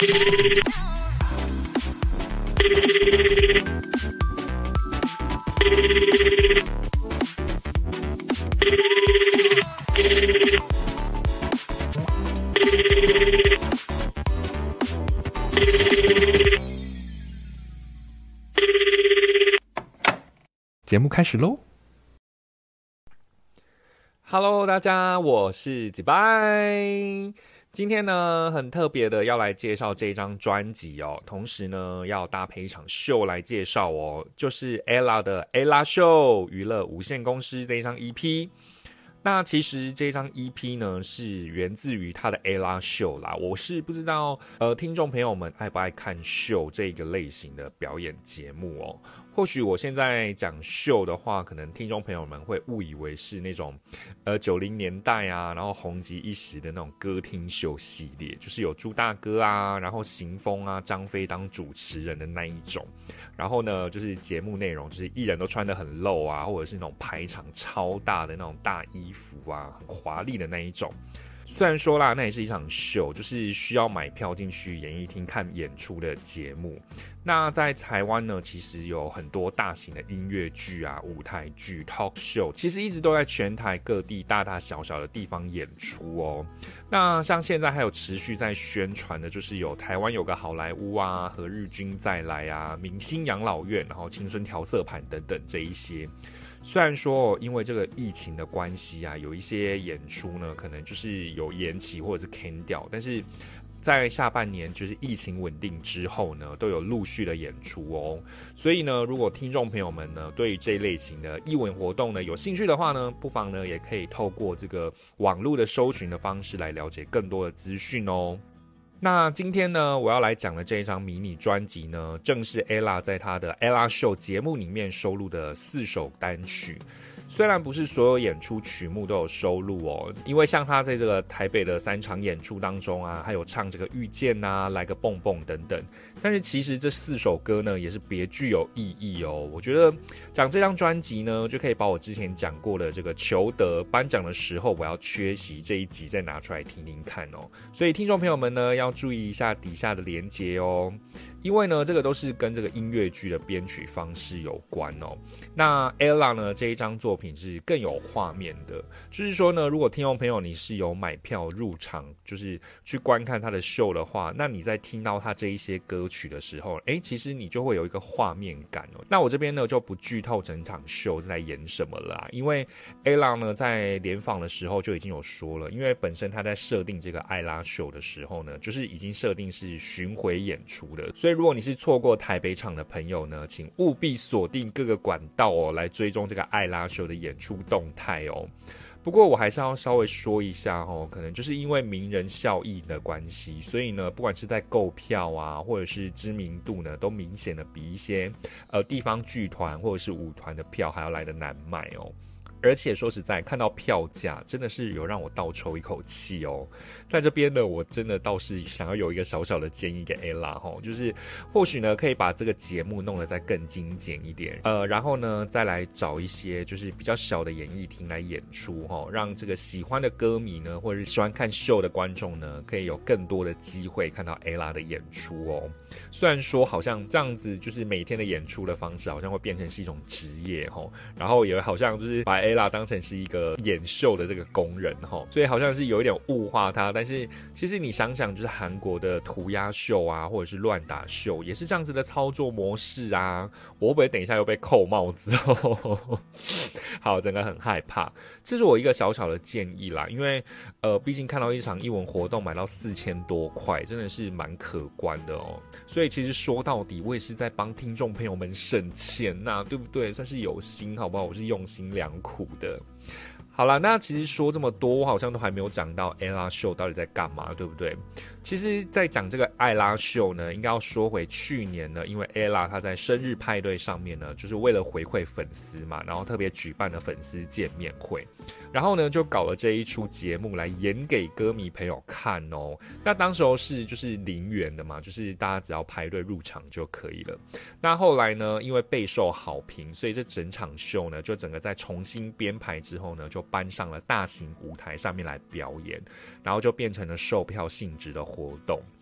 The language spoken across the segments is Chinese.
节目开始咯。Hello， 大家，我是几拜。今天呢，很特别的要来介绍这张专辑哦，同时呢，要搭配一场秀来介绍哦，就是 Ella 的 Ella Show 娱乐无限公司这一张 EP。那其实这张 EP 呢是源自于他的 Ella Show 啦，我是不知道听众朋友们爱不爱看秀这个类型的表演节目哦。或许我现在讲秀的话，可能听众朋友们会误以为是那种90年代啊，然后红极一时的那种歌厅秀系列，就是有朱大哥啊，然后邢峰啊、张飞当主持人的那一种。然后呢，就是节目内容就是艺人都穿得很露啊，或者是那种排场超大的那种大衣服啊，很华丽的那一种。虽然说啦，那也是一场秀，就是需要买票进去演艺厅看演出的节目。那在台湾呢，其实有很多大型的音乐剧啊、舞台剧、talk show， 其实一直都在全台各地大大小小的地方演出哦。那像现在还有持续在宣传的，就是有台湾有个好莱坞啊、和日君再来啊、明星养老院，然后青春调色盘等等这一些。虽然说因为这个疫情的关系啊，有一些演出呢可能就是有延期或者是 can 掉，但是在下半年就是疫情稳定之后呢，都有陆续的演出哦。所以呢，如果听众朋友们呢对于这一类型的艺文活动呢有兴趣的话呢，不妨呢也可以透过这个网络的搜寻的方式来了解更多的资讯哦。那今天呢，我要来讲的这一张迷你专辑呢，正是 Ella 在她的 Ella Show 节目里面收录的4首单曲。虽然不是所有演出曲目都有收录哦，因为像他在这个台北的3场演出当中啊，还有唱这个遇见啊、来个蹦蹦等等。但是其实这4首歌呢，也是别具有意义哦。我觉得讲这张专辑呢，就可以把我之前讲过的这个裘德颁奖的时候我要缺席这一集再拿出来听听看哦。所以听众朋友们呢，要注意一下底下的连结哦。因为呢，这个都是跟这个音乐剧的编曲方式有关哦。那 Ella 呢这一张作品是更有画面的，就是说呢，如果听众朋友你是有买票入场，就是去观看他的秀的话，那你在听到他这一些歌曲的时候，其实你就会有一个画面感哦。那我这边呢就不剧透整场秀在演什么了啦，因为 Ella 呢在联访的时候就已经有说了，因为本身他在设定这个艾拉秀的时候呢，就是已经设定是巡回演出的，所以如果你是错过台北场的朋友呢，请务必锁定各个管道哦，来追踪这个艾拉秀的演出动态哦。不过我还是要稍微说一下哦，可能就是因为名人效益的关系，所以呢，不管是在购票啊，或者是知名度呢，都明显的比一些地方剧团或者是舞团的票还要来得难买哦。而且说实在，看到票价真的是有让我倒抽一口气哦。在这边呢，我真的倒是想要有一个小小的建议给 Ella 齁，就是或许呢可以把这个节目弄得再更精简一点，然后呢再来找一些就是比较小的演艺厅来演出齁，让这个喜欢的歌迷呢，或者是喜欢看秀的观众呢，可以有更多的机会看到 Ella 的演出哦。虽然说好像这样子就是每天的演出的方式好像会变成是一种职业齁，然后也好像就是把 Ella 当成是一个演秀的这个工人齁，所以好像是有一点物化他。但是其实你想想，就是韩国的涂鸦秀啊，或者是乱打秀，也是这样子的操作模式啊。我会不会等一下又被扣帽子哦？好，真的很害怕。这是我一个小小的建议啦，因为毕竟看到一场艺文活动买到4000多块，真的是蛮可观的哦。所以其实说到底，我也是在帮听众朋友们省钱呐，对不对？算是有心，好不好？我是用心良苦的。好啦，那其实说这么多，我好像都还没有讲到 Ella Show 到底在干嘛，对不对？其实在讲这个艾拉秀呢，应该要说回去年呢，因为 Ella 她在生日派对上面呢，就是为了回馈粉丝嘛，然后特别举办了粉丝见面会，然后呢就搞了这一出节目来演给歌迷朋友看哦。那当时候是就是0元的嘛，就是大家只要排队入场就可以了。那后来呢，因为备受好评，所以这整场秀呢就整个在重新编排之后呢，就搬上了大型舞台上面来表演，然后就变成了售票性质的活动。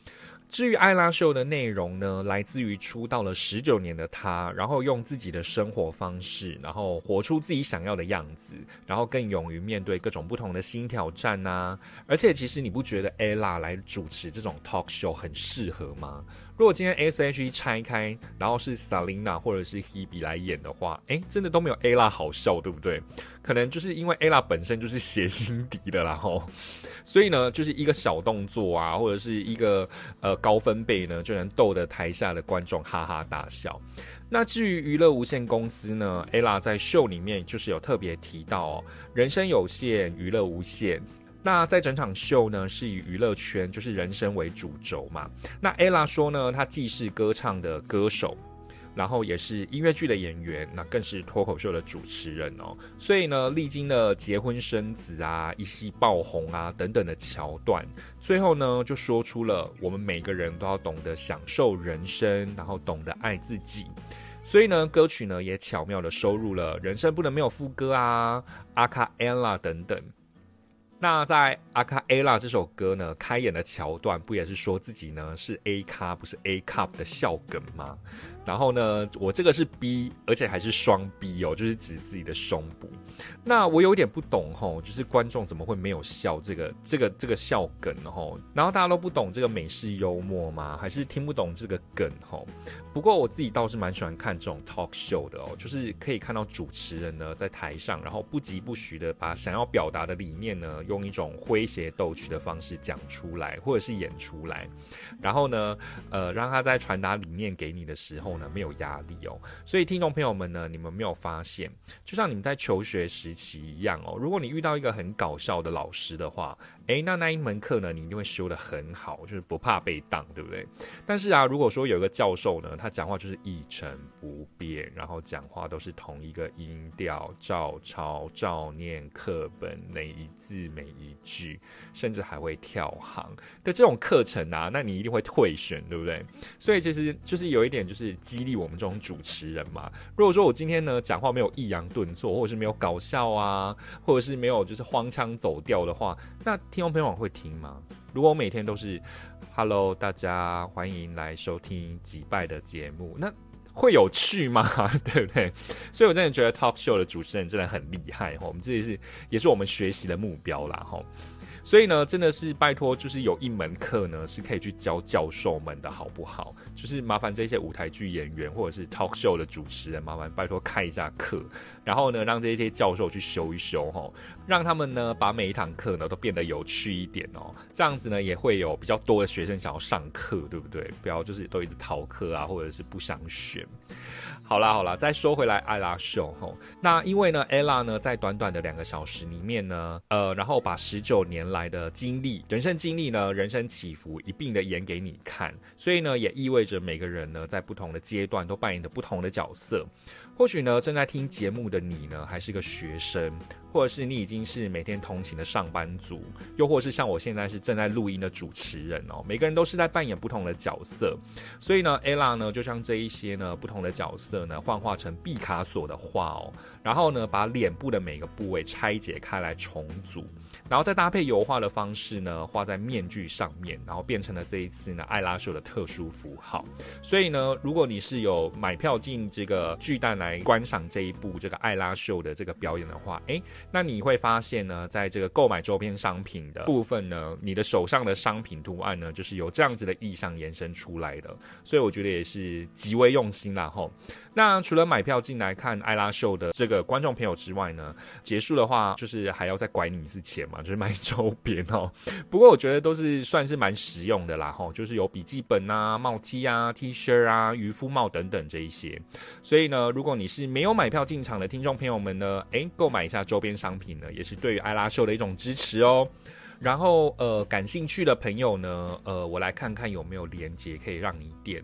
至于艾拉秀的内容呢，来自于出道了19年的她，然后用自己的生活方式，然后活出自己想要的样子，然后更勇于面对各种不同的新挑战啊。而且其实你不觉得 Ella 来主持这种 talk show 很適合吗？如果今天 S.H.E 拆开，然后是 Selina 或者是 Hebe 来演的话，真的都没有 Ella 好笑，对不对？可能就是因为 Ella 本身就是谐星敌的啦吼，所以呢，就是一个小动作啊，或者是一个高分贝呢，就能逗得台下的观众哈哈大笑。那至于娱乐无限公司呢 ，Ella 在秀里面就是有特别提到人生有限，娱乐无限。那在整场秀呢，是以娱乐圈就是人生为主轴嘛。那 Ella 说呢，她既是歌唱的歌手，然后也是音乐剧的演员，那更是脱口秀的主持人哦。所以呢，历经了结婚生子啊、一夕爆红啊等等的桥段，最后呢，就说出了我们每个人都要懂得享受人生，然后懂得爱自己。所以呢，歌曲呢也巧妙的收入了人生不能没有副歌啊、阿卡艾拉等等。那在阿卡艾拉这首歌呢，开演的桥段不也是说自己呢是 A 咖不是 A cup 的笑梗吗？然后呢，我这个是 B， 而且还是双 B 哦，就是指自己的胸部。那我有点不懂吼，就是观众怎么会没有笑这个笑梗吼？然后大家都不懂这个美式幽默吗？还是听不懂这个梗吼？不过我自己倒是蛮喜欢看这种 talk show 的哦，就是可以看到主持人呢在台上，然后不疾不徐的把想要表达的理念呢，用一种诙谐逗趣的方式讲出来，或者是演出来，然后呢，让他在传达理念给你的时候呢，没有压力哦。所以听众朋友们呢，你们没有发现，就像你们在求学时期一样哦，如果你遇到一个很搞笑的老师的话，那一门课呢，你一定会修得很好，就是不怕被当，对不对？但是啊，如果说有一个教授呢，他讲话就是一成不变，然后讲话都是同一个音调，照抄照念课本，每一字每一句，甚至还会跳行的这种课程啊，那你一定会退选，对不对？所以其实就是有一点就是激励我们这种主持人嘛。如果说我今天呢讲话没有抑扬顿挫，或者是没有搞笑啊，或者是没有就是荒腔走调的话，那听众朋友会听吗？如果我每天都是 Hello 大家欢迎来收听击败的节目，那会有趣吗？对不对？所以我真的觉得 talk show 的主持人真的很厉害，我们这也是我们学习的目标啦。所以呢，真的是拜托，就是有一门课呢是可以去教教授们的好不好？就是麻烦这些舞台剧演员或者是 talk show 的主持人，麻烦拜托开一下课，然后呢让这些教授去修一修让他们呢把每一堂课呢都变得有趣一点哦。这样子呢也会有比较多的学生想要上课，对不对？不要就是都一直逃课啊，或者是不想选。好啦，再说回来艾拉秀那因为呢 Ella 呢在短短的2个小时里面呢，然后把19年来的经历、人生经历呢、人生起伏一并的演给你看，所以呢也意味着每个人呢在不同的阶段都扮演着不同的角色。或许呢正在听节目的你呢还是个学生，或者是你已经是每天通勤的上班族，又或是像我现在是正在录音的主持人每个人都是在扮演不同的角色。所以呢 Ella 呢就像这一些呢不同的角色呢幻化成毕卡索的画然后呢把脸部的每个部位拆解开来重组，然后再搭配油画的方式呢画在面具上面，然后变成了这一次呢艾拉秀的特殊符号。所以呢如果你是有买票进这个巨蛋来观赏这一部这个艾拉秀的这个表演的话，那你会发现呢在这个购买周边商品的部分呢，你的手上的商品图案呢就是由这样子的意象延伸出来的，所以我觉得也是极为用心啦那除了买票进来看艾拉秀的这个观众朋友之外呢，结束的话就是还要再拐你一次钱嘛，就是买周边不过我觉得都是算是蛮实用的啦就是有笔记本啊、帽 T 啊、T 恤啊、渔夫帽等等这一些。所以呢，如果你是没有买票进场的听众朋友们呢，购买一下周边商品呢，也是对于艾拉秀的一种支持哦。然后感兴趣的朋友呢，我来看看有没有连结可以让你点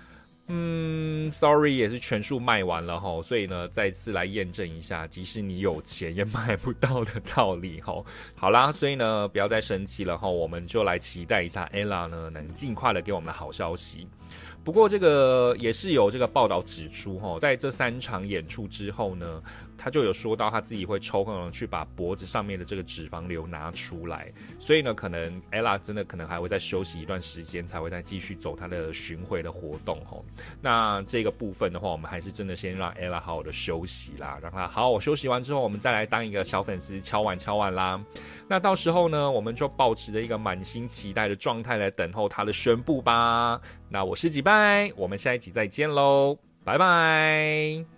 sorry 也是全数卖完了所以呢再次来验证一下即使你有钱也买不到的道理好啦，所以呢不要再生气了我们就来期待一下 Ella 呢能尽快的给我们的好消息。不过这个也是有这个报道指出在这3场演出之后呢， 他就有说到他自己会抽空去把脖子上面的这个脂肪瘤拿出来，所以呢，可能 Ella 真的可能还会再休息一段时间，才会再继续走他的巡回的活动吼。那这个部分的话，我们还是真的先让 Ella 好好的休息啦，让他好好休息完之后，我们再来当一个小粉丝敲碗啦。那到时候呢，我们就抱持着一个满心期待的状态来等候他的宣布吧。那我是几拜，我们下一集再见喽，拜拜。